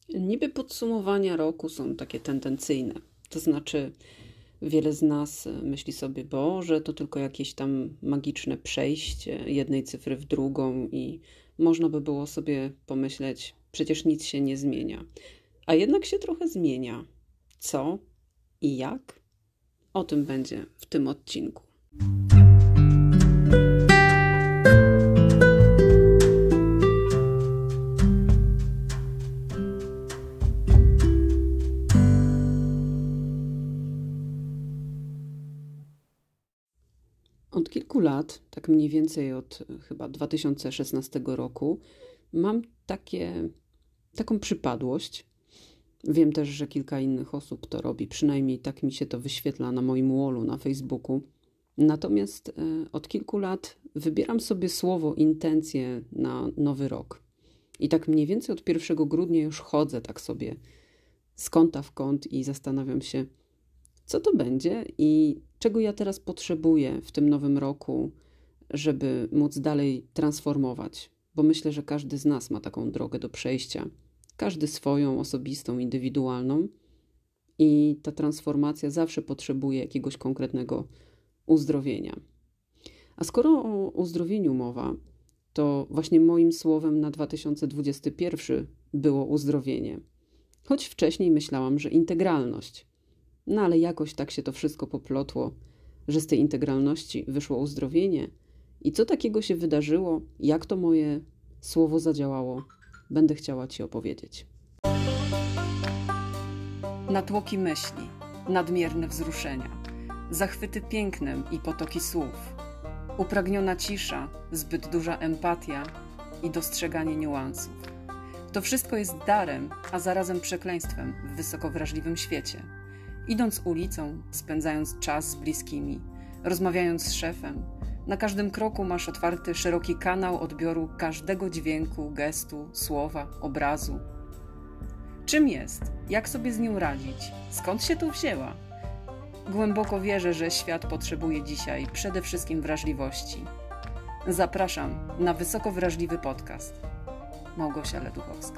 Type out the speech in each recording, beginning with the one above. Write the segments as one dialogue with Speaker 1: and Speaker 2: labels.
Speaker 1: Niby podsumowania roku są takie tendencyjne. To znaczy, wiele z nas myśli sobie, Boże, to tylko jakieś tam magiczne przejście jednej cyfry w drugą i można by było sobie pomyśleć, przecież nic się nie zmienia. A jednak się trochę zmienia. Co i jak? O tym będzie w tym odcinku. Od kilku lat, tak mniej więcej od chyba 2016 roku, mam taką przypadłość. Wiem też, że kilka innych osób to robi, przynajmniej tak mi się to wyświetla na moim wallu na Facebooku. Natomiast od kilku lat wybieram sobie słowo intencje na nowy rok. I tak mniej więcej od 1 grudnia już chodzę tak sobie z kąta w kąt i zastanawiam się, co to będzie i czego ja teraz potrzebuję w tym nowym roku, żeby móc dalej transformować. Bo myślę, że każdy z nas ma taką drogę do przejścia. Każdy swoją, osobistą, indywidualną. I ta transformacja zawsze potrzebuje jakiegoś konkretnego uzdrowienia. A skoro o uzdrowieniu mowa, to właśnie moim słowem na 2021 było uzdrowienie. Choć wcześniej myślałam, że integralność. No ale jakoś tak się to wszystko poplotło, że z tej integralności wyszło uzdrowienie. I co takiego się wydarzyło, jak to moje słowo zadziałało, będę chciała Ci opowiedzieć.
Speaker 2: Natłoki myśli, nadmierne wzruszenia, zachwyty pięknem i potoki słów, upragniona cisza, zbyt duża empatia i dostrzeganie niuansów. To wszystko jest darem, a zarazem przekleństwem w wysoko wrażliwym świecie. Idąc ulicą, spędzając czas z bliskimi, rozmawiając z szefem, na każdym kroku masz otwarty szeroki kanał odbioru każdego dźwięku, gestu, słowa, obrazu. Czym jest? Jak sobie z nią radzić? Skąd się tu wzięła? Głęboko wierzę, że świat potrzebuje dzisiaj przede wszystkim wrażliwości. Zapraszam na wysoko wrażliwy podcast. Małgosia Leduchowska.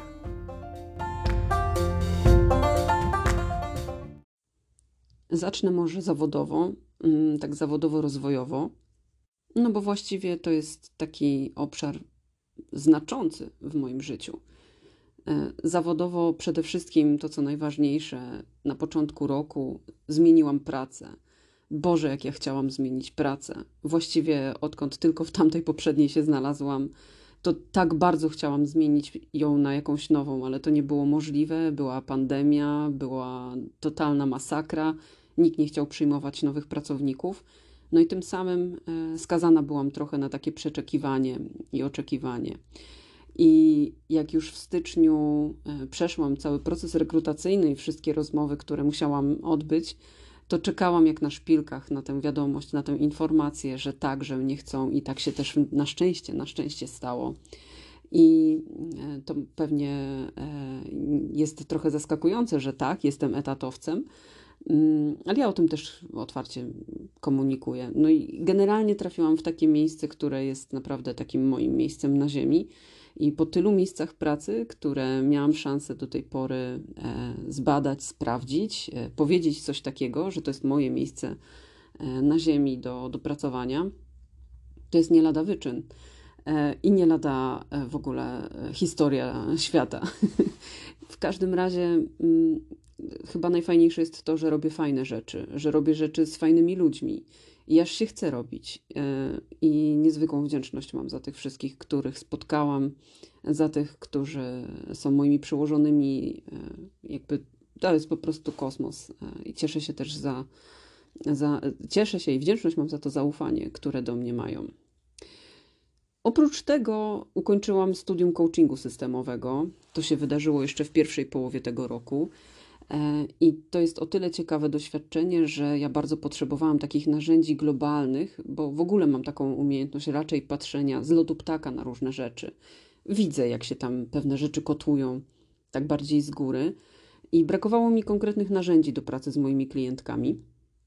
Speaker 1: Zacznę może zawodowo, tak zawodowo-rozwojowo, no bo właściwie to jest taki obszar znaczący w moim życiu. Zawodowo przede wszystkim to, co najważniejsze, na początku roku zmieniłam pracę. Boże, jak ja chciałam zmienić pracę. Właściwie odkąd tylko w tamtej poprzedniej się znalazłam, to tak bardzo chciałam zmienić ją na jakąś nową, ale to nie było możliwe. Była pandemia, była totalna masakra. Nikt nie chciał przyjmować nowych pracowników. No i tym samym skazana byłam trochę na takie przeczekiwanie i oczekiwanie. I jak już w styczniu przeszłam cały proces rekrutacyjny i wszystkie rozmowy, które musiałam odbyć, to czekałam jak na szpilkach na tę wiadomość, na tę informację, że tak, że mnie chcą i tak się też na szczęście stało. I to pewnie jest trochę zaskakujące, że tak, jestem etatowcem, ale ja o tym też otwarcie komunikuję. No i generalnie trafiłam w takie miejsce, które jest naprawdę takim moim miejscem na ziemi. I po tylu miejscach pracy, które miałam szansę do tej pory zbadać, sprawdzić, powiedzieć coś takiego, że to jest moje miejsce na ziemi do pracowania, to jest nie lada wyczyn i nie lada w ogóle historia świata. W każdym razie chyba najfajniejsze jest to, że robię fajne rzeczy, że robię rzeczy z fajnymi ludźmi i aż się chce robić. I niezwykłą wdzięczność mam za tych wszystkich, których spotkałam, za tych, którzy są moimi przełożonymi. Jakby to jest po prostu kosmos i cieszę się też cieszę się i wdzięczność mam za to zaufanie, które do mnie mają. Oprócz tego ukończyłam studium coachingu systemowego. To się wydarzyło jeszcze w pierwszej połowie tego roku. I to jest o tyle ciekawe doświadczenie, że ja bardzo potrzebowałam takich narzędzi globalnych, bo w ogóle mam taką umiejętność raczej patrzenia z lotu ptaka na różne rzeczy. Widzę, jak się tam pewne rzeczy kotłują, tak bardziej z góry. I brakowało mi konkretnych narzędzi do pracy z moimi klientkami.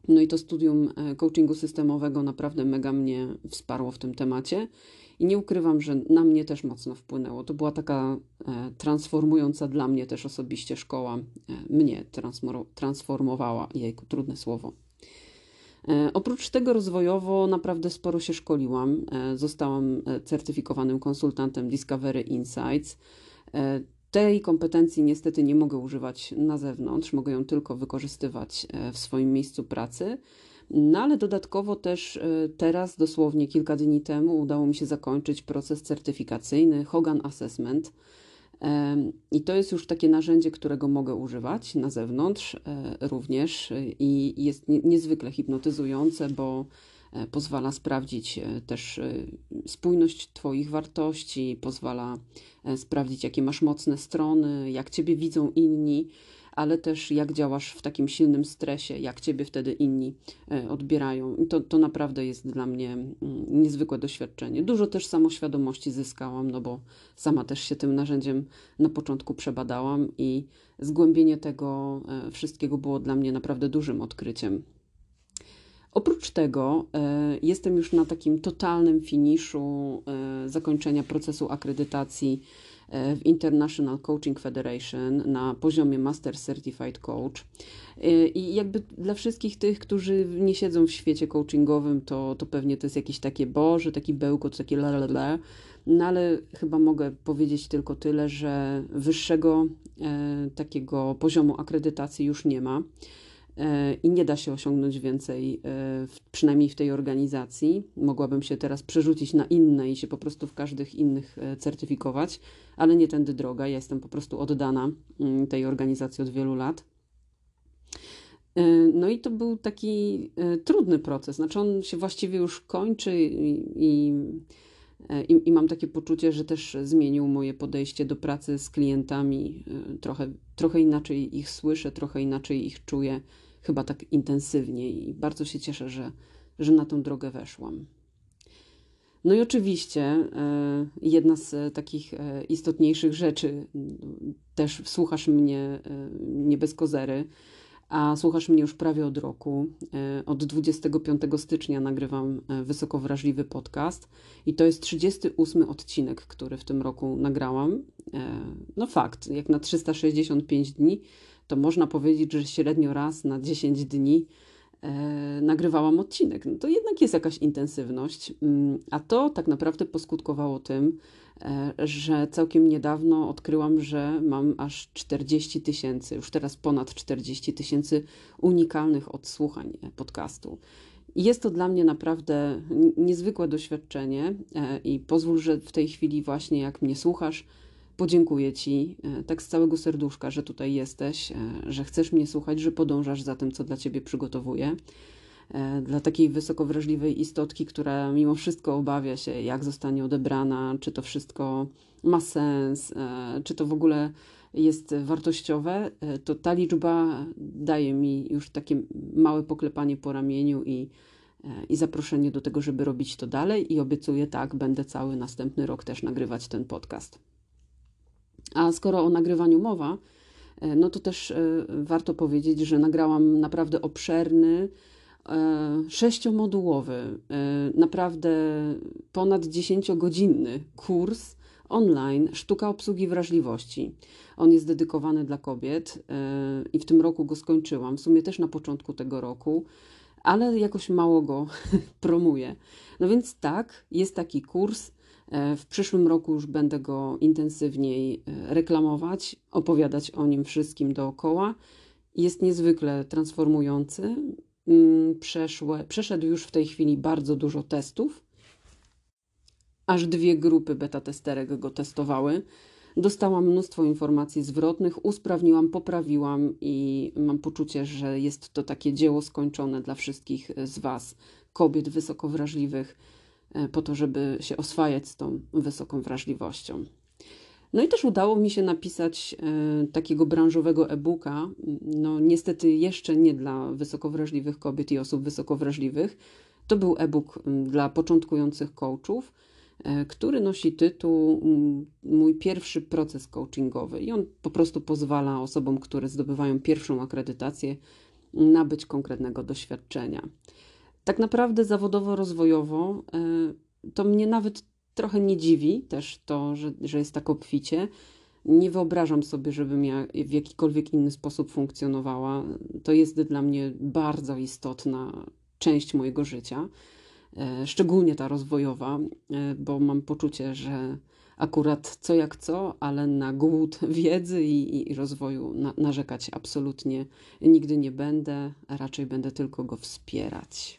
Speaker 1: No i to studium coachingu systemowego naprawdę mega mnie wsparło w tym temacie i nie ukrywam, że na mnie też mocno wpłynęło. To była taka transformująca dla mnie też osobiście szkoła. Mnie transformowała. Jejku, trudne słowo. Oprócz tego rozwojowo naprawdę sporo się szkoliłam. Zostałam certyfikowanym konsultantem Discovery Insights. Tej kompetencji niestety nie mogę używać na zewnątrz, mogę ją tylko wykorzystywać w swoim miejscu pracy. No ale dodatkowo też teraz, dosłownie kilka dni temu, udało mi się zakończyć proces certyfikacyjny Hogan Assessment. I to jest już takie narzędzie, którego mogę używać na zewnątrz również i jest niezwykle hipnotyzujące, bo pozwala sprawdzić też spójność Twoich wartości, pozwala sprawdzić, jakie masz mocne strony, jak Ciebie widzą inni, ale też jak działasz w takim silnym stresie, jak Ciebie wtedy inni odbierają. I to naprawdę jest dla mnie niezwykłe doświadczenie. Dużo też samoświadomości zyskałam, no bo sama też się tym narzędziem na początku przebadałam i zgłębienie tego wszystkiego było dla mnie naprawdę dużym odkryciem. Oprócz tego jestem już na takim totalnym finiszu zakończenia procesu akredytacji w International Coaching Federation na poziomie Master Certified Coach. I jakby dla wszystkich tych, którzy nie siedzą w świecie coachingowym, to pewnie to jest jakieś takie Boże, taki bełkot, takie la. No ale chyba mogę powiedzieć tylko tyle, że wyższego takiego poziomu akredytacji już nie ma. I nie da się osiągnąć więcej, przynajmniej w tej organizacji. Mogłabym się teraz przerzucić na inne i się po prostu w każdych innych certyfikować, ale nie tędy droga. Ja jestem po prostu oddana tej organizacji od wielu lat. No i to był taki trudny proces. Znaczy on się właściwie już kończy i mam takie poczucie, że też zmienił moje podejście do pracy z klientami. Trochę inaczej ich słyszę, trochę inaczej ich czuję, chyba tak intensywniej i bardzo się cieszę, że na tą drogę weszłam. No i oczywiście jedna z takich istotniejszych rzeczy, też słuchasz mnie nie bez kozery, a słuchasz mnie już prawie od roku. Od 25 stycznia nagrywam Wysoko Wrażliwy podcast i to jest 38 odcinek, który w tym roku nagrałam. No fakt, jak na 365 dni, to można powiedzieć, że średnio raz na 10 dni nagrywałam odcinek. No to jednak jest jakaś intensywność, a to tak naprawdę poskutkowało tym, że całkiem niedawno odkryłam, że mam aż 40 000, już teraz ponad 40 000 unikalnych odsłuchań podcastu. I jest to dla mnie naprawdę niezwykłe doświadczenie i pozwól, że w tej chwili właśnie jak mnie słuchasz, podziękuję Ci tak z całego serduszka, że tutaj jesteś, że chcesz mnie słuchać, że podążasz za tym, co dla Ciebie przygotowuję. Dla takiej wysoko wrażliwej istotki, która mimo wszystko obawia się, jak zostanie odebrana, czy to wszystko ma sens, czy to w ogóle jest wartościowe, to ta liczba daje mi już takie małe poklepanie po ramieniu i zaproszenie do tego, żeby robić to dalej i obiecuję, tak, będę cały następny rok też nagrywać ten podcast. A skoro o nagrywaniu mowa, no to też warto powiedzieć, że nagrałam naprawdę obszerny, 6-modułowy, naprawdę ponad 10-godzinny kurs online Sztuka obsługi wrażliwości. On jest dedykowany dla kobiet i w tym roku go skończyłam, w sumie też na początku tego roku, ale jakoś mało go promuję. No więc tak, jest taki kurs. W przyszłym roku już będę go intensywniej reklamować, opowiadać o nim wszystkim dookoła. Jest niezwykle transformujący. Przeszedł już w tej chwili bardzo dużo testów. Aż 2 grupy beta-testerek go testowały. Dostałam mnóstwo informacji zwrotnych, usprawniłam, poprawiłam i mam poczucie, że jest to takie dzieło skończone dla wszystkich z Was, kobiet wysoko wrażliwych, po to, żeby się oswajać z tą wysoką wrażliwością. No i też udało mi się napisać takiego branżowego e-booka, no niestety jeszcze nie dla wysoko wrażliwych kobiet i osób wysoko wrażliwych. To był e-book dla początkujących coachów, który nosi tytuł Mój pierwszy proces coachingowy i on po prostu pozwala osobom, które zdobywają pierwszą akredytację, nabyć konkretnego doświadczenia. Tak naprawdę zawodowo-rozwojowo to mnie nawet trochę nie dziwi też to, że jest tak obficie. Nie wyobrażam sobie, żebym ja w jakikolwiek inny sposób funkcjonowała. To jest dla mnie bardzo istotna część mojego życia, szczególnie ta rozwojowa, bo mam poczucie, że akurat co jak co, ale na głód wiedzy i rozwoju narzekać absolutnie nigdy nie będę, a raczej będę tylko go wspierać.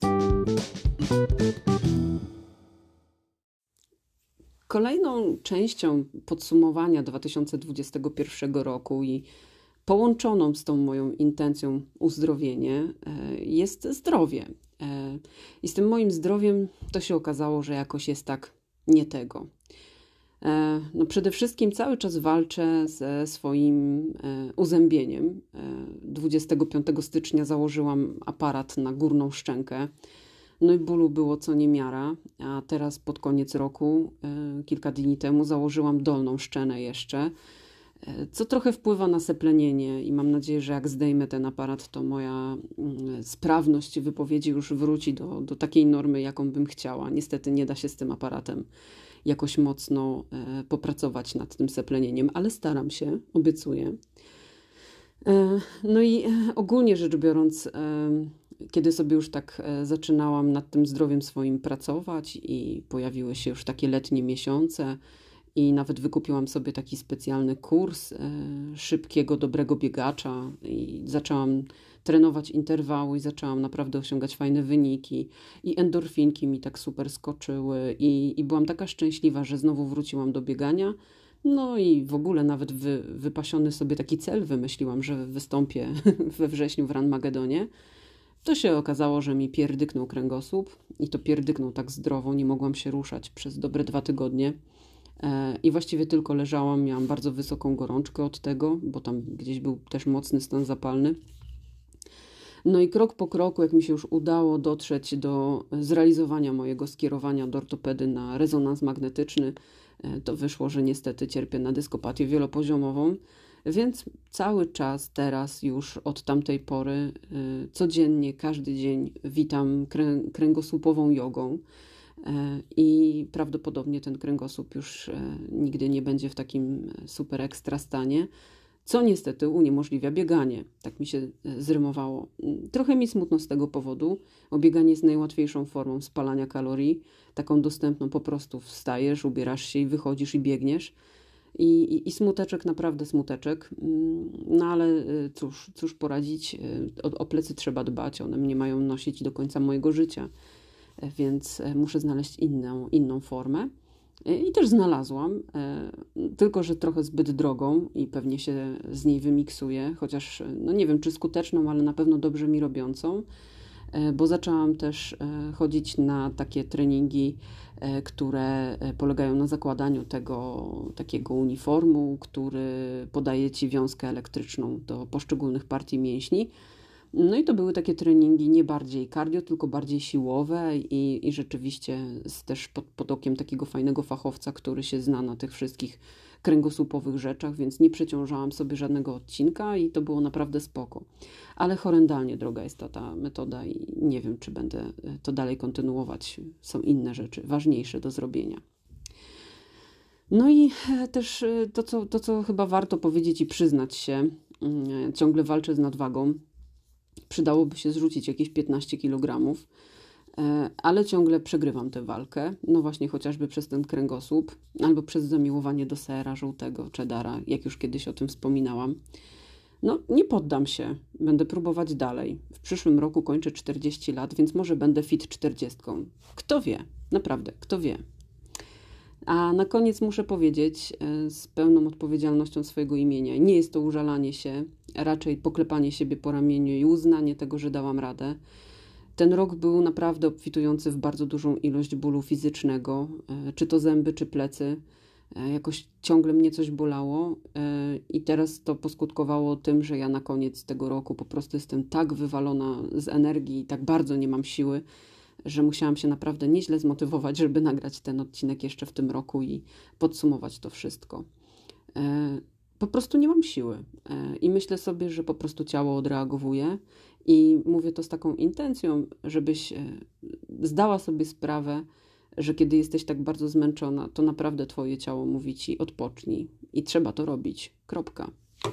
Speaker 1: Kolejną częścią podsumowania 2021 roku i połączoną z tą moją intencją uzdrowienie jest zdrowie. I z tym moim zdrowiem to się okazało, że jakoś jest tak nie tego. No przede wszystkim cały czas walczę ze swoim uzębieniem. 25 stycznia założyłam aparat na górną szczękę. No i bólu było co niemiara, a teraz pod koniec roku, kilka dni temu, założyłam dolną szczenę jeszcze, co trochę wpływa na seplenienie i mam nadzieję, że jak zdejmę ten aparat, to moja sprawność wypowiedzi już wróci do takiej normy, jaką bym chciała. Niestety nie da się z tym aparatem jakoś mocno popracować nad tym seplenieniem, ale staram się, obiecuję. No i ogólnie rzecz biorąc, kiedy sobie już tak zaczynałam nad tym zdrowiem swoim pracować i pojawiły się już takie letnie miesiące i nawet wykupiłam sobie taki specjalny kurs szybkiego, dobrego biegacza i zaczęłam trenować interwały i zaczęłam naprawdę osiągać fajne wyniki i endorfinki mi tak super skoczyły i byłam taka szczęśliwa, że znowu wróciłam do biegania. No i w ogóle nawet wypasiony sobie taki cel wymyśliłam, że wystąpię we wrześniu w Ranmagedonie. To się okazało, że mi pierdyknął kręgosłup i to pierdyknął tak zdrowo, nie mogłam się ruszać przez dobre 2 tygodnie. I właściwie tylko leżałam, miałam bardzo wysoką gorączkę od tego, bo tam gdzieś był też mocny stan zapalny. No i krok po kroku, jak mi się już udało dotrzeć do zrealizowania mojego skierowania do ortopedy na rezonans magnetyczny, to wyszło, że niestety cierpię na dyskopatię wielopoziomową, więc cały czas teraz już od tamtej pory codziennie, każdy dzień witam kręgosłupową jogą i prawdopodobnie ten kręgosłup już nigdy nie będzie w takim super ekstra stanie, co niestety uniemożliwia bieganie. Tak mi się zrymowało. Trochę mi smutno z tego powodu, bo bieganie jest najłatwiejszą formą spalania kalorii, taką dostępną, po prostu wstajesz, ubierasz się i wychodzisz i biegniesz. I smuteczek, naprawdę smuteczek. No ale cóż poradzić, o plecy trzeba dbać, one mnie mają nosić do końca mojego życia, więc muszę znaleźć inną formę. I też znalazłam, tylko że trochę zbyt drogą i pewnie się z niej wymiksuję, chociaż no nie wiem czy skuteczną, ale na pewno dobrze mi robiącą, bo zaczęłam też chodzić na takie treningi, które polegają na zakładaniu tego takiego uniformu, który podaje Ci wiązkę elektryczną do poszczególnych partii mięśni. No i to były takie treningi nie bardziej cardio, tylko bardziej siłowe i rzeczywiście też pod okiem takiego fajnego fachowca, który się zna na tych wszystkich kręgosłupowych rzeczach, więc nie przeciążałam sobie żadnego odcinka i to było naprawdę spoko. Ale horrendalnie droga jest ta metoda i nie wiem, czy będę to dalej kontynuować. Są inne rzeczy ważniejsze do zrobienia. No i też to, co chyba warto powiedzieć i przyznać się, ciągle walczę z nadwagą. Przydałoby się zrzucić jakieś 15 kg, ale ciągle przegrywam tę walkę. No właśnie chociażby przez ten kręgosłup albo przez zamiłowanie do sera żółtego, cheddara, jak już kiedyś o tym wspominałam. No nie poddam się, będę próbować dalej. W przyszłym roku kończę 40 lat, więc może będę fit 40. Kto wie, naprawdę, kto wie. A na koniec muszę powiedzieć z pełną odpowiedzialnością swojego imienia. Nie jest to użalanie się, raczej poklepanie siebie po ramieniu i uznanie tego, że dałam radę. Ten rok był naprawdę obfitujący w bardzo dużą ilość bólu fizycznego, czy to zęby, czy plecy. Jakoś ciągle mnie coś bolało i teraz to poskutkowało tym, że ja na koniec tego roku po prostu jestem tak wywalona z energii, tak bardzo nie mam siły, że musiałam się naprawdę nieźle zmotywować, żeby nagrać ten odcinek jeszcze w tym roku i podsumować to wszystko. po prostu nie mam siły. I myślę sobie, że po prostu ciało odreagowuje. I mówię to z taką intencją, żebyś zdała sobie sprawę, że kiedy jesteś tak bardzo zmęczona, to naprawdę twoje ciało mówi ci odpocznij. I trzeba to robić. Kropka.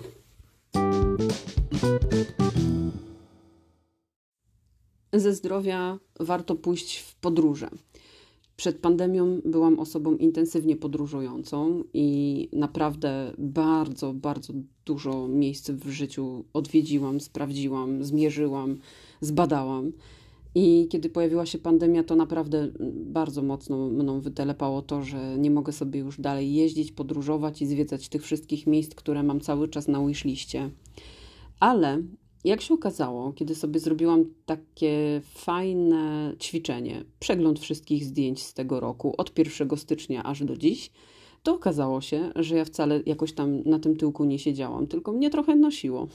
Speaker 1: Ze zdrowia warto pójść w podróże. Przed pandemią byłam osobą intensywnie podróżującą i naprawdę bardzo, bardzo dużo miejsc w życiu odwiedziłam, sprawdziłam, zmierzyłam, zbadałam. I kiedy pojawiła się pandemia, to naprawdę bardzo mocno mną wytelepało to, że nie mogę sobie już dalej jeździć, podróżować i zwiedzać tych wszystkich miejsc, które mam cały czas na wishliście. Ale jak się okazało, kiedy sobie zrobiłam takie fajne ćwiczenie, przegląd wszystkich zdjęć z tego roku, od 1 stycznia aż do dziś, to okazało się, że ja wcale jakoś tam na tym tyłku nie siedziałam, tylko mnie trochę nosiło.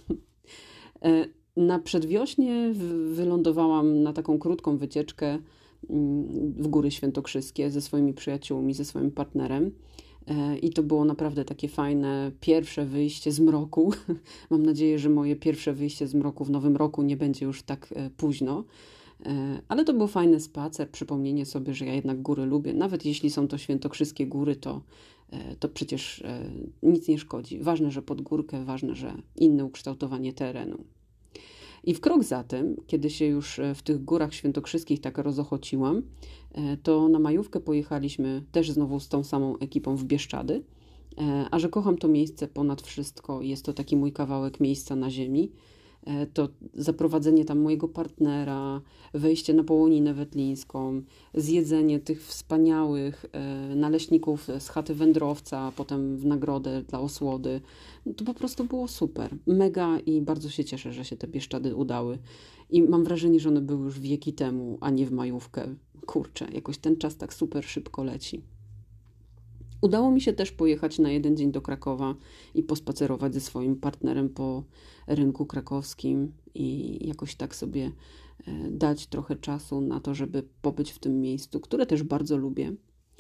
Speaker 1: Na przedwiośnie wylądowałam na taką krótką wycieczkę w Góry Świętokrzyskie ze swoimi przyjaciółmi, ze swoim partnerem. I to było naprawdę takie fajne pierwsze wyjście z mroku. Mam nadzieję, że moje pierwsze wyjście z mroku w nowym roku nie będzie już tak późno. Ale to był fajny spacer, przypomnienie sobie, że ja jednak góry lubię. Nawet jeśli są to świętokrzyskie góry, to przecież nic nie szkodzi. Ważne, że pod górkę, ważne, że inne ukształtowanie terenu. I w krok za tym, kiedy się już w tych górach świętokrzyskich tak rozochociłam, to na majówkę pojechaliśmy też znowu z tą samą ekipą w Bieszczady. A że kocham to miejsce ponad wszystko, jest to taki mój kawałek miejsca na ziemi, to zaprowadzenie tam mojego partnera, wejście na Połoninę Wetlińską, zjedzenie tych wspaniałych naleśników z chaty wędrowca, a potem w nagrodę dla osłody, to po prostu było super, mega i bardzo się cieszę, że się te Bieszczady udały. I mam wrażenie, że one były już wieki temu, a nie w majówkę. Kurczę, jakoś ten czas tak super szybko leci. Udało mi się też pojechać na 1 dzień do Krakowa i pospacerować ze swoim partnerem po rynku krakowskim i jakoś tak sobie dać trochę czasu na to, żeby pobyć w tym miejscu, które też bardzo lubię.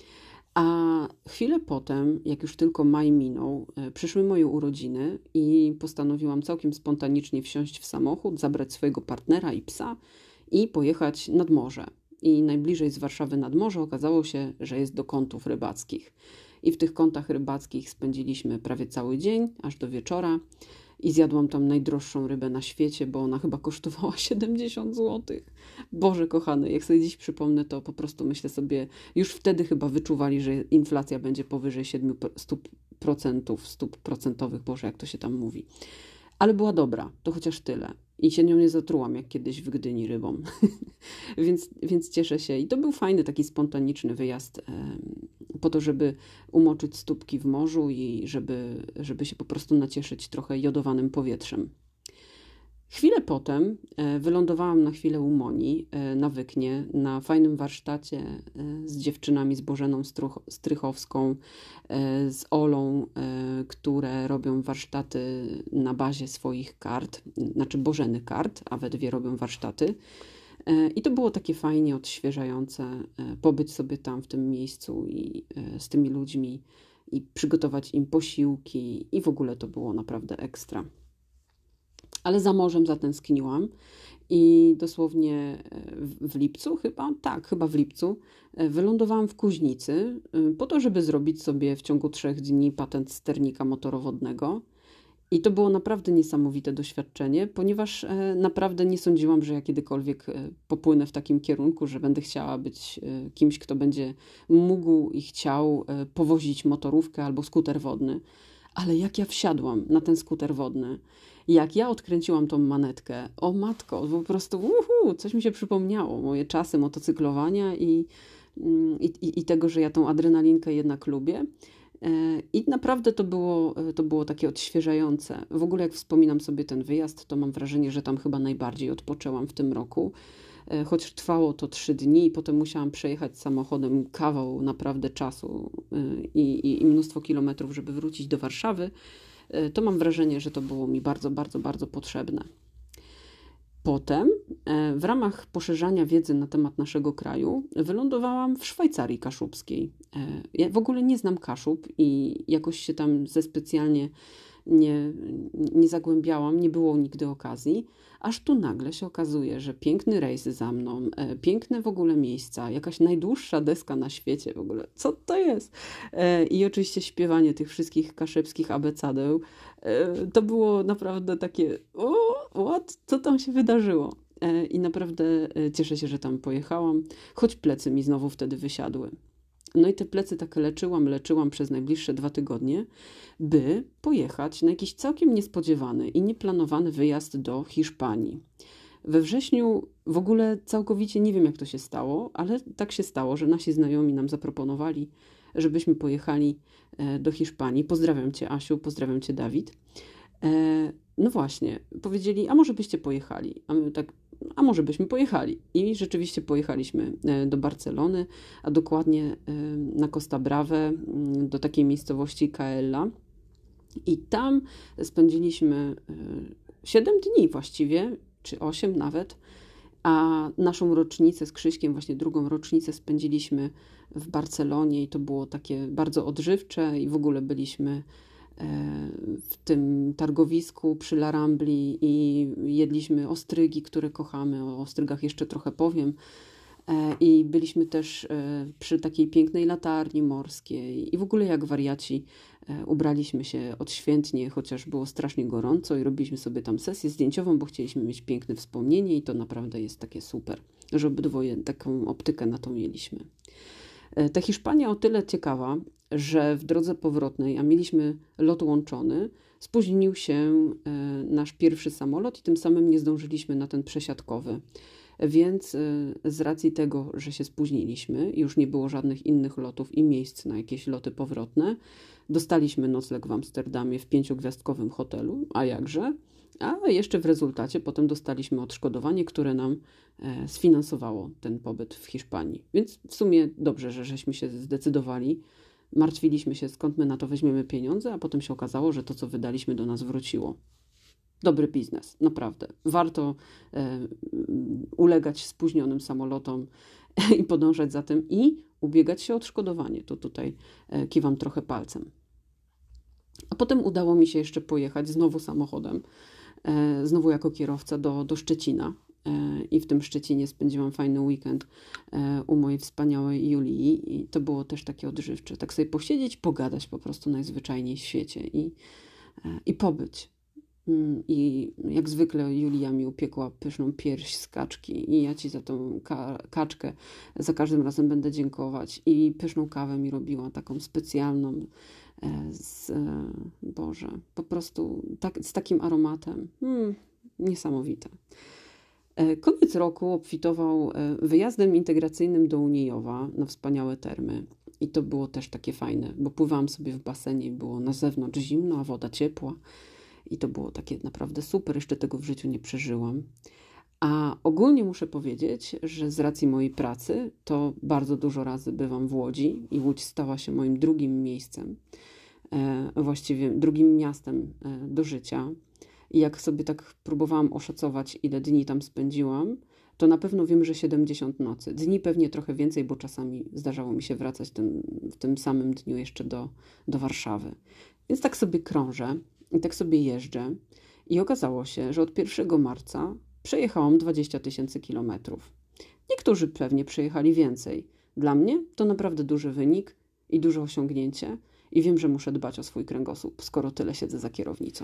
Speaker 1: A chwilę potem, jak już tylko maj minął, przyszły moje urodziny i postanowiłam całkiem spontanicznie wsiąść w samochód, zabrać swojego partnera i psa i pojechać nad morze. I najbliżej z Warszawy nad morze okazało się, że jest do kątów rybackich. I w tych kątach rybackich spędziliśmy prawie cały dzień, aż do wieczora. I zjadłam tam najdroższą rybę na świecie, bo ona chyba kosztowała 70 zł. Boże kochany, jak sobie dziś przypomnę, to po prostu myślę sobie, już wtedy chyba wyczuwali, że inflacja będzie powyżej 7%, stóp procentowych, Boże, jak to się tam mówi. Ale była dobra, to chociaż tyle. I się nią nie zatrułam, jak kiedyś w Gdyni rybą. więc cieszę się. I to był fajny, taki spontaniczny wyjazd po to, żeby umoczyć stópki w morzu i żeby się po prostu nacieszyć trochę jodowanym powietrzem. Chwilę potem wylądowałam na chwilę u Moni na Wyknie, na fajnym warsztacie z dziewczynami, z Bożeną Strychowską, z Olą, które robią warsztaty na bazie swoich kart, znaczy Bożeny kart, a we dwie robią warsztaty. I to było takie fajnie odświeżające pobyć sobie tam w tym miejscu i z tymi ludźmi i przygotować im posiłki i w ogóle to było naprawdę ekstra. Ale za morzem zatęskniłam i dosłownie w lipcu chyba w lipcu, wylądowałam w Kuźnicy po to, żeby zrobić sobie w ciągu 3 dni patent sternika motorowodnego. I to było naprawdę niesamowite doświadczenie, ponieważ naprawdę nie sądziłam, że ja kiedykolwiek popłynę w takim kierunku, że będę chciała być kimś, kto będzie mógł i chciał powozić motorówkę albo skuter wodny. Ale jak ja wsiadłam na ten skuter wodny, jak ja odkręciłam tą manetkę, o matko, po prostu coś mi się przypomniało, moje czasy motocyklowania i tego, że ja tą adrenalinkę jednak lubię. I naprawdę to było takie odświeżające. W ogóle jak wspominam sobie ten wyjazd, to mam wrażenie, że tam chyba najbardziej odpoczęłam w tym roku. Choć trwało to 3 dni i potem musiałam przejechać samochodem kawał naprawdę czasu i mnóstwo kilometrów, żeby wrócić do Warszawy, to mam wrażenie, że to było mi bardzo, bardzo, bardzo potrzebne. Potem w ramach poszerzania wiedzy na temat naszego kraju wylądowałam w Szwajcarii Kaszubskiej. Ja w ogóle nie znam Kaszub i jakoś się tam specjalnie nie zagłębiałam, nie było nigdy okazji, aż tu nagle się okazuje, że piękny rejs za mną, piękne w ogóle miejsca, jakaś najdłuższa deska na świecie w ogóle. Co to jest? I oczywiście śpiewanie tych wszystkich kaszebskich abecedeł. To było naprawdę takie, what? Co tam się wydarzyło? I naprawdę cieszę się, że tam pojechałam, choć plecy mi znowu wtedy wysiadły. No i te plecy tak leczyłam przez najbliższe 2 tygodnie, by pojechać na jakiś całkiem niespodziewany i nieplanowany wyjazd do Hiszpanii. We wrześniu w ogóle całkowicie nie wiem, jak to się stało, ale tak się stało, że nasi znajomi nam zaproponowali, żebyśmy pojechali do Hiszpanii. Pozdrawiam Cię, Asiu, pozdrawiam Cię, Dawid. No właśnie, powiedzieli, a może byście pojechali? A my tak, a może byśmy pojechali. I rzeczywiście pojechaliśmy do Barcelony, a dokładnie na Costa Brave, do takiej miejscowości Caella. I tam spędziliśmy 7 dni właściwie, czy 8 nawet, a naszą rocznicę z Krzyśkiem, właśnie drugą rocznicę spędziliśmy w Barcelonie i to było takie bardzo odżywcze i w ogóle byliśmy w tym targowisku przy La Rambli i jedliśmy ostrygi, które kochamy. O ostrygach jeszcze trochę powiem. I byliśmy też przy takiej pięknej latarni morskiej i w ogóle jak wariaci ubraliśmy się odświętnie, chociaż było strasznie gorąco i robiliśmy sobie tam sesję zdjęciową, bo chcieliśmy mieć piękne wspomnienie i to naprawdę jest takie super, że obydwoje taką optykę na to mieliśmy. Ta Hiszpania o tyle ciekawa, że w drodze powrotnej, a mieliśmy lot łączony, spóźnił się nasz pierwszy samolot i tym samym nie zdążyliśmy na ten przesiadkowy. Więc z racji tego, że się spóźniliśmy, już nie było żadnych innych lotów i miejsc na jakieś loty powrotne, dostaliśmy nocleg w Amsterdamie w 5-gwiazdkowym hotelu, a jakże? A jeszcze w rezultacie potem dostaliśmy odszkodowanie, które nam sfinansowało ten pobyt w Hiszpanii. Więc w sumie dobrze, że żeśmy się zdecydowali. Martwiliśmy się, skąd my na to weźmiemy pieniądze, a potem się okazało, że to, co wydaliśmy, do nas wróciło. Dobry biznes, naprawdę. Warto ulegać spóźnionym samolotom i podążać za tym i ubiegać się o odszkodowanie. To tutaj kiwam trochę palcem. A potem udało mi się jeszcze pojechać znowu samochodem, znowu jako kierowca do Szczecina. I w tym Szczecinie spędziłam fajny weekend u mojej wspaniałej Julii i to było też takie odżywcze. Tak sobie posiedzieć, pogadać po prostu najzwyczajniej w świecie i pobyć. I jak zwykle Julia mi upiekła pyszną pierś z kaczki i ja Ci za tą kaczkę za każdym razem będę dziękować. I pyszną kawę mi robiła, taką specjalną, Boże, po prostu z takim aromatem. Niesamowite. Koniec roku obfitował wyjazdem integracyjnym do Unijowa na wspaniałe termy. I to było też takie fajne, bo pływałam sobie w basenie, było na zewnątrz zimno, a woda ciepła. I to było takie naprawdę super, jeszcze tego w życiu nie przeżyłam. A ogólnie muszę powiedzieć, że z racji mojej pracy to bardzo dużo razy bywam w Łodzi i Łódź stała się moim drugim miejscem, właściwie drugim miastem do życia. I jak sobie tak próbowałam oszacować, ile dni tam spędziłam, to na pewno wiem, że 70 nocy. Dni pewnie trochę więcej, bo czasami zdarzało mi się wracać w tym samym dniu jeszcze do Warszawy. Więc tak sobie krążę. I tak sobie jeżdżę i okazało się, że od 1 marca przejechałam 20 000 kilometrów. Niektórzy pewnie przejechali więcej. Dla mnie to naprawdę duży wynik i duże osiągnięcie i wiem, że muszę dbać o swój kręgosłup, skoro tyle siedzę za kierownicą.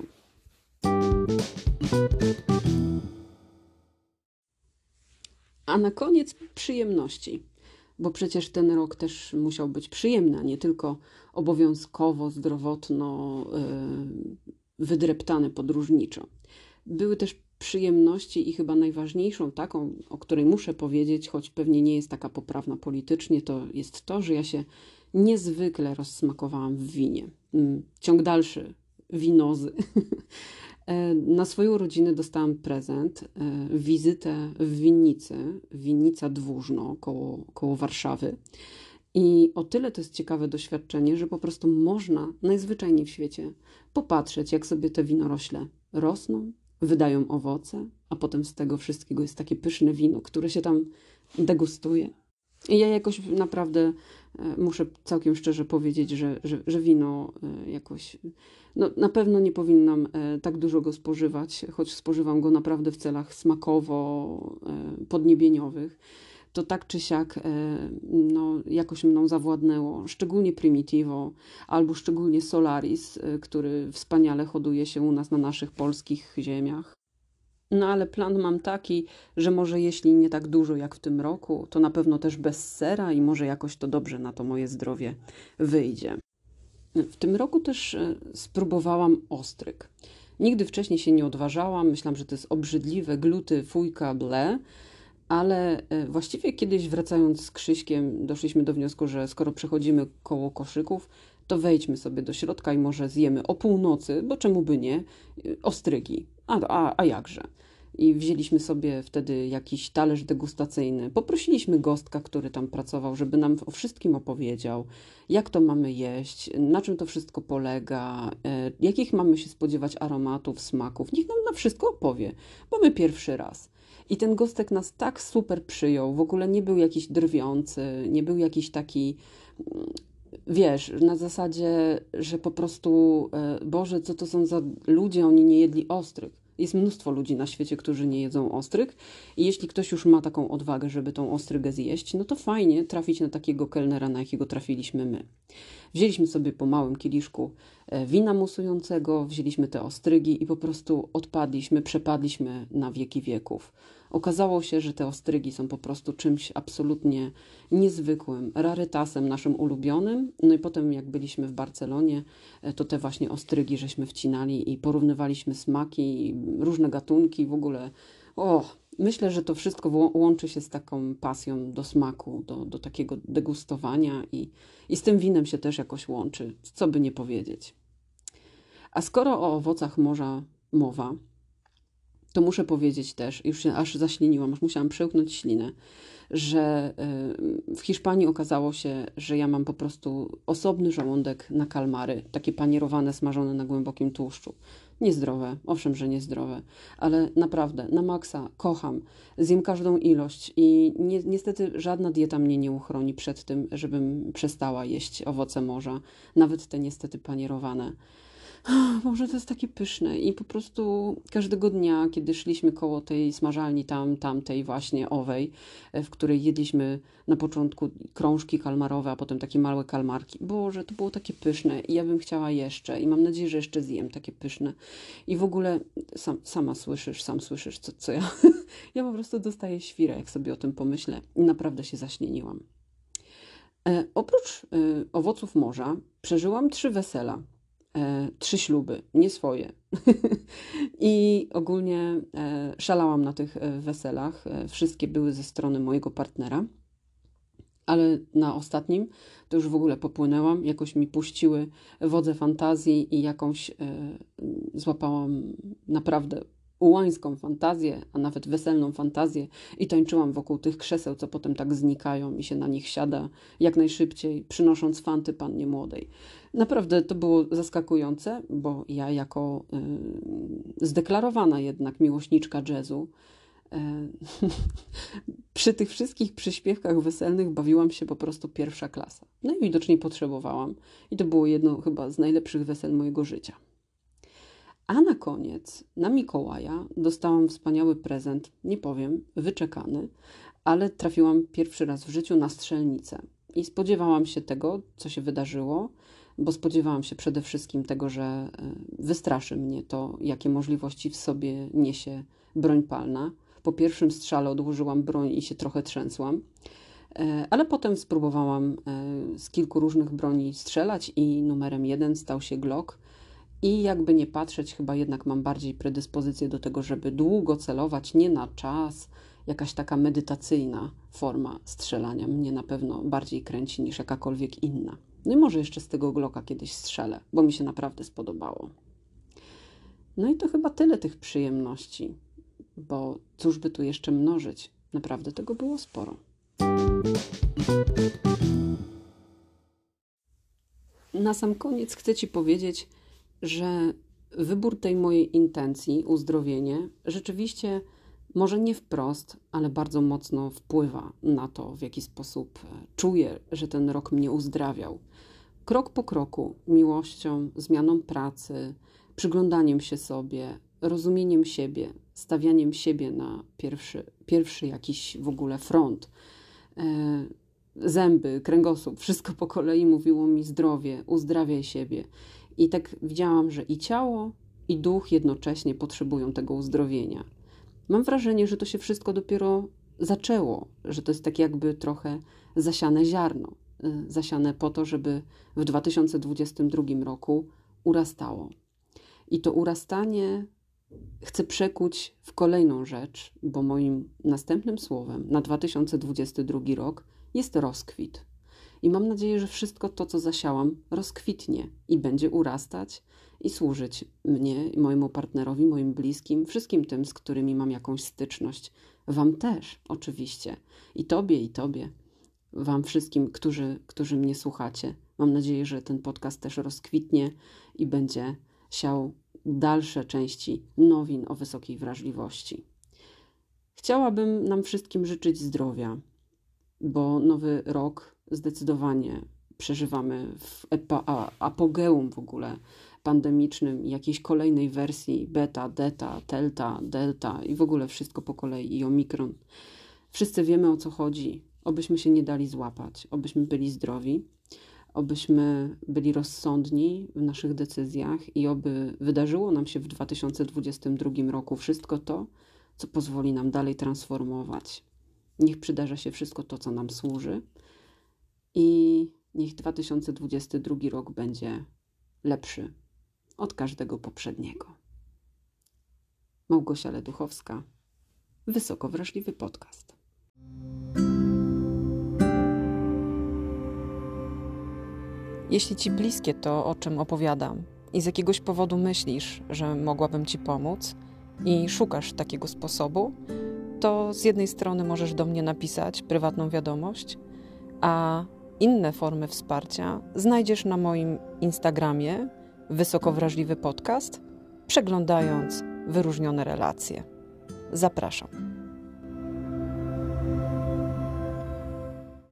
Speaker 1: A na koniec przyjemności, bo przecież ten rok też musiał być przyjemny, a nie tylko obowiązkowo, zdrowotno, wydreptany podróżniczo. Były też przyjemności i chyba najważniejszą taką, o której muszę powiedzieć, choć pewnie nie jest taka poprawna politycznie, to jest to, że ja się niezwykle rozsmakowałam w winie. Ciąg dalszy, winozy. Na swoją urodzinę dostałam prezent, wizytę w winnicy, winnica Dwóżno koło Warszawy. I o tyle to jest ciekawe doświadczenie, że po prostu można najzwyczajniej w świecie popatrzeć, jak sobie te winorośle rosną, wydają owoce, a potem z tego wszystkiego jest takie pyszne wino, które się tam degustuje. I ja jakoś naprawdę Muszę całkiem szczerze powiedzieć, że wino jakoś, no na pewno nie powinnam tak dużo go spożywać, choć spożywam go naprawdę w celach smakowo-podniebieniowych. To tak czy siak no, jakoś mną zawładnęło, szczególnie Primitivo albo szczególnie Solaris, który wspaniale hoduje się u nas na naszych polskich ziemiach. No ale plan mam taki, że może jeśli nie tak dużo jak w tym roku, to na pewno też bez sera i może jakoś to dobrze na to moje zdrowie wyjdzie. W tym roku też spróbowałam ostryg. Nigdy wcześniej się nie odważałam, myślałam, że to jest obrzydliwe, gluty, fujka, ble, ale właściwie kiedyś wracając z Krzyśkiem doszliśmy do wniosku, że skoro przechodzimy koło koszyków, to wejdźmy sobie do środka i może zjemy o północy, bo czemu by nie, ostrygi. A jakże? I wzięliśmy sobie wtedy jakiś talerz degustacyjny. Poprosiliśmy gostka, który tam pracował, żeby nam o wszystkim opowiedział, jak to mamy jeść, na czym to wszystko polega, jakich mamy się spodziewać aromatów, smaków. Niech nam na wszystko opowie, bo my pierwszy raz. I ten gostek nas tak super przyjął, w ogóle nie był jakiś drwiący, nie był jakiś taki, wiesz, na zasadzie, że po prostu, Boże, co to są za ludzie, oni nie jedli ostryg. Jest mnóstwo ludzi na świecie, którzy nie jedzą ostryg i jeśli ktoś już ma taką odwagę, żeby tą ostrygę zjeść, no to fajnie trafić na takiego kelnera, na jakiego trafiliśmy my. Wzięliśmy sobie po małym kieliszku wina musującego, wzięliśmy te ostrygi i po prostu odpadliśmy, przepadliśmy na wieki wieków. Okazało się, że te ostrygi są po prostu czymś absolutnie niezwykłym, rarytasem naszym ulubionym. No i potem jak byliśmy w Barcelonie, to te właśnie ostrygi żeśmy wcinali i porównywaliśmy smaki, różne gatunki, w ogóle myślę, że to wszystko łączy się z taką pasją do smaku, do takiego degustowania i z tym winem się też jakoś łączy, co by nie powiedzieć. A skoro o owocach morza mowa, to muszę powiedzieć też, już się aż zaśliniłam, aż musiałam przełknąć ślinę, że w Hiszpanii okazało się, że ja mam po prostu osobny żołądek na kalmary, takie panierowane, smażone na głębokim tłuszczu. Niezdrowe, owszem, że niezdrowe, ale naprawdę na maksa kocham, zjem każdą ilość i niestety żadna dieta mnie nie uchroni przed tym, żebym przestała jeść owoce morza, nawet te niestety panierowane. Boże, to jest takie pyszne i po prostu każdego dnia, kiedy szliśmy koło tej smażalni tamtej właśnie owej, w której jedliśmy na początku krążki kalmarowe, a potem takie małe kalmarki. Boże, to było takie pyszne i ja bym chciała jeszcze i mam nadzieję, że jeszcze zjem takie pyszne. I w ogóle sam słyszysz, co ja... Ja po prostu dostaję świrę, jak sobie o tym pomyślę i naprawdę się zaśnieniłam. Oprócz owoców morza przeżyłam 3 wesela. 3 śluby, nie swoje. I ogólnie szalałam na tych weselach. Wszystkie były ze strony mojego partnera, ale na ostatnim to już w ogóle popłynęłam. Jakoś mi puściły wodze fantazji i jakąś złapałam naprawdę ułańską fantazję, a nawet weselną fantazję i tańczyłam wokół tych krzeseł, co potem tak znikają i się na nich siada jak najszybciej, przynosząc fanty pannie młodej. Naprawdę to było zaskakujące, bo ja jako zdeklarowana jednak miłośniczka jazzu przy tych wszystkich przyśpiewkach weselnych bawiłam się po prostu pierwsza klasa. No i widocznie potrzebowałam i to było jedno chyba z najlepszych wesel mojego życia. A na koniec, na Mikołaja, dostałam wspaniały prezent, nie powiem, wyczekany, ale trafiłam pierwszy raz w życiu na strzelnicę. I spodziewałam się tego, co się wydarzyło, bo spodziewałam się przede wszystkim tego, że wystraszy mnie to, jakie możliwości w sobie niesie broń palna. Po pierwszym strzale odłożyłam broń i się trochę trzęsłam, ale potem spróbowałam z kilku różnych broni strzelać i numerem 1 stał się Glock. I jakby nie patrzeć, chyba jednak mam bardziej predyspozycję do tego, żeby długo celować, nie na czas. Jakaś taka medytacyjna forma strzelania mnie na pewno bardziej kręci niż jakakolwiek inna. No i może jeszcze z tego Glocka kiedyś strzelę, bo mi się naprawdę spodobało. No i to chyba tyle tych przyjemności, bo cóż by tu jeszcze mnożyć? Naprawdę tego było sporo. Na sam koniec chcę Ci powiedzieć, że wybór tej mojej intencji, uzdrowienie, rzeczywiście może nie wprost, ale bardzo mocno wpływa na to, w jaki sposób czuję, że ten rok mnie uzdrawiał. Krok po kroku, miłością, zmianą pracy, przyglądaniem się sobie, rozumieniem siebie, stawianiem siebie na pierwszy jakiś w ogóle front. Zęby, kręgosłup, wszystko po kolei mówiło mi zdrowie, uzdrawiaj siebie. I tak widziałam, że i ciało, i duch jednocześnie potrzebują tego uzdrowienia. Mam wrażenie, że to się wszystko dopiero zaczęło, że to jest tak jakby trochę zasiane ziarno. Zasiane po to, żeby w 2022 roku urastało. I to urastanie chcę przekuć w kolejną rzecz, bo moim następnym słowem na 2022 rok jest rozkwit. I mam nadzieję, że wszystko to, co zasiałam, rozkwitnie i będzie urastać i służyć mnie, mojemu partnerowi, moim bliskim, wszystkim tym, z którymi mam jakąś styczność. Wam też, oczywiście. I tobie. Wam wszystkim, którzy mnie słuchacie. Mam nadzieję, że ten podcast też rozkwitnie i będzie siał dalsze części nowin o wysokiej wrażliwości. Chciałabym nam wszystkim życzyć zdrowia, bo nowy rok zdecydowanie przeżywamy w apogeum w ogóle pandemicznym, jakiejś kolejnej wersji beta, delta i w ogóle wszystko po kolei i omikron. Wszyscy wiemy, o co chodzi. Obyśmy się nie dali złapać, obyśmy byli zdrowi, obyśmy byli rozsądni w naszych decyzjach i oby wydarzyło nam się w 2022 roku wszystko to, co pozwoli nam dalej transformować. Niech przydarza się wszystko to, co nam służy i niech 2022 rok będzie lepszy od każdego poprzedniego. Małgosia Leduchowska, Wysoko Wrażliwy Podcast.
Speaker 2: Jeśli Ci bliskie to, o czym opowiadam i z jakiegoś powodu myślisz, że mogłabym Ci pomóc i szukasz takiego sposobu, to z jednej strony możesz do mnie napisać prywatną wiadomość, a inne formy wsparcia znajdziesz na moim Instagramie Wysoko Wrażliwy Podcast, przeglądając wyróżnione relacje. Zapraszam.